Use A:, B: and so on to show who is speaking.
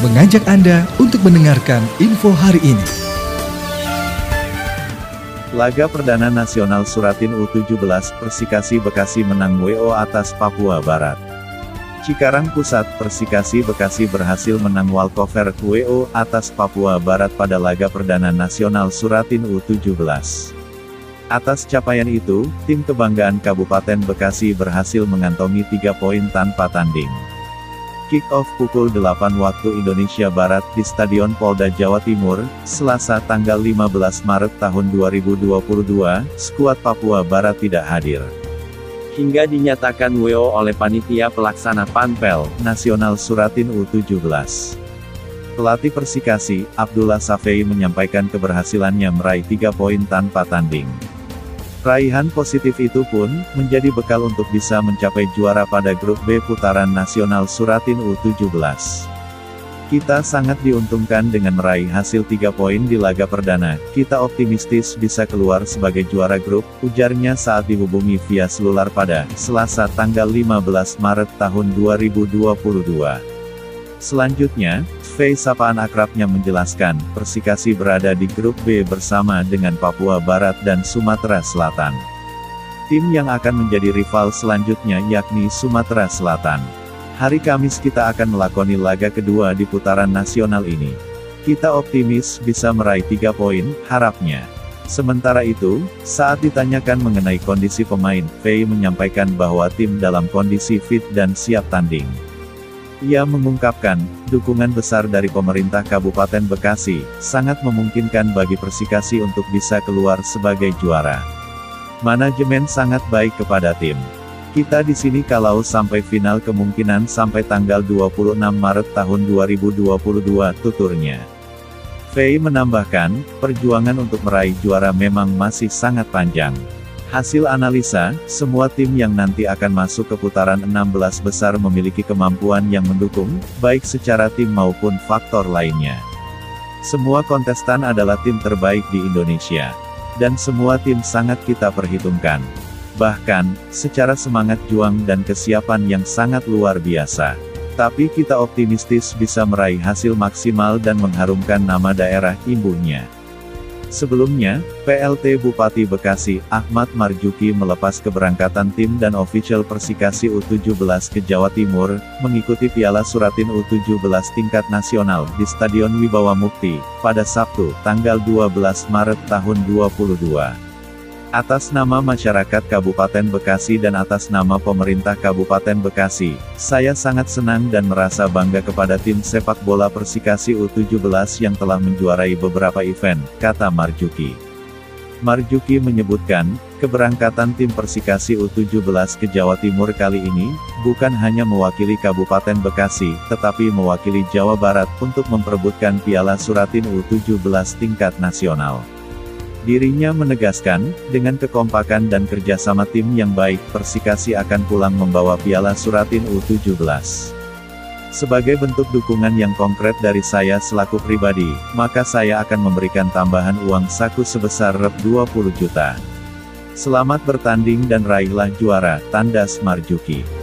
A: mengajak Anda untuk mendengarkan info hari ini.
B: Laga perdana nasional Suratin U17, Persikasi Bekasi menang WO atas Papua Barat. Cikarang Pusat, Persikasi Bekasi berhasil menang walkover WO atas Papua Barat pada laga perdana nasional Suratin U17. Atas capaian itu, tim kebanggaan Kabupaten Bekasi berhasil mengantongi 3 poin tanpa tanding. Kick-off pukul 8 waktu Indonesia Barat di Stadion Polda Jawa Timur, Selasa tanggal 15 Maret tahun 2022, skuad Papua Barat tidak hadir. Hingga dinyatakan WO oleh panitia pelaksana Panpel Nasional Suratin U17. Pelatih Persikasi, Abdullah Safei menyampaikan keberhasilannya meraih 3 poin tanpa tanding. Raihan positif itu pun, menjadi bekal untuk bisa mencapai juara pada grup B putaran nasional Suratin U17. Kita sangat diuntungkan dengan meraih hasil 3 poin di laga perdana, kita optimistis bisa keluar sebagai juara grup, ujarnya saat dihubungi via selular pada Selasa tanggal 15 Maret tahun 2022. Selanjutnya, Fei sapaan akrabnya menjelaskan, Persikasi berada di grup B bersama dengan Papua Barat dan Sumatera Selatan. Tim yang akan menjadi rival selanjutnya yakni Sumatera Selatan. Hari Kamis kita akan melakoni laga kedua di putaran nasional ini. Kita optimis bisa meraih 3 poin, harapnya. Sementara itu, saat ditanyakan mengenai kondisi pemain, Fei menyampaikan bahwa tim dalam kondisi fit dan siap tanding. Ia mengungkapkan, dukungan besar dari pemerintah Kabupaten Bekasi, sangat memungkinkan bagi Persikasi untuk bisa keluar sebagai juara. Manajemen sangat baik kepada tim. Kita di sini kalau sampai final kemungkinan sampai tanggal 26 Maret tahun 2022, tuturnya. Fei menambahkan, perjuangan untuk meraih juara memang masih sangat panjang. Hasil analisa, semua tim yang nanti akan masuk ke putaran 16 besar memiliki kemampuan yang mendukung, baik secara tim maupun faktor lainnya. Semua kontestan adalah tim terbaik di Indonesia. Dan semua tim sangat kita perhitungkan. Bahkan, secara semangat juang dan kesiapan yang sangat luar biasa. Tapi kita optimistis bisa meraih hasil maksimal dan mengharumkan nama daerah, imbuhnya. Sebelumnya, PLT Bupati Bekasi, Ahmad Marjuki melepas keberangkatan tim dan ofisial Persikasi U17 ke Jawa Timur, mengikuti Piala Suratin U17 tingkat nasional di Stadion Wibawa Mukti, pada Sabtu, tanggal 12 Maret tahun 2022. Atas nama masyarakat Kabupaten Bekasi dan atas nama pemerintah Kabupaten Bekasi, saya sangat senang dan merasa bangga kepada tim sepak bola Persikasi U17 yang telah menjuarai beberapa event, kata Marjuki. Marjuki menyebutkan, keberangkatan tim Persikasi U17 ke Jawa Timur kali ini, bukan hanya mewakili Kabupaten Bekasi, tetapi mewakili Jawa Barat untuk memperebutkan Piala Suratin U17 tingkat nasional. Dirinya menegaskan, dengan kekompakan dan kerjasama tim yang baik, Persikasi akan pulang membawa Piala Suratin U17. Sebagai bentuk dukungan yang konkret dari saya selaku pribadi, maka saya akan memberikan tambahan uang saku sebesar Rp20 juta. Selamat bertanding dan raihlah juara, tandas Marjuki.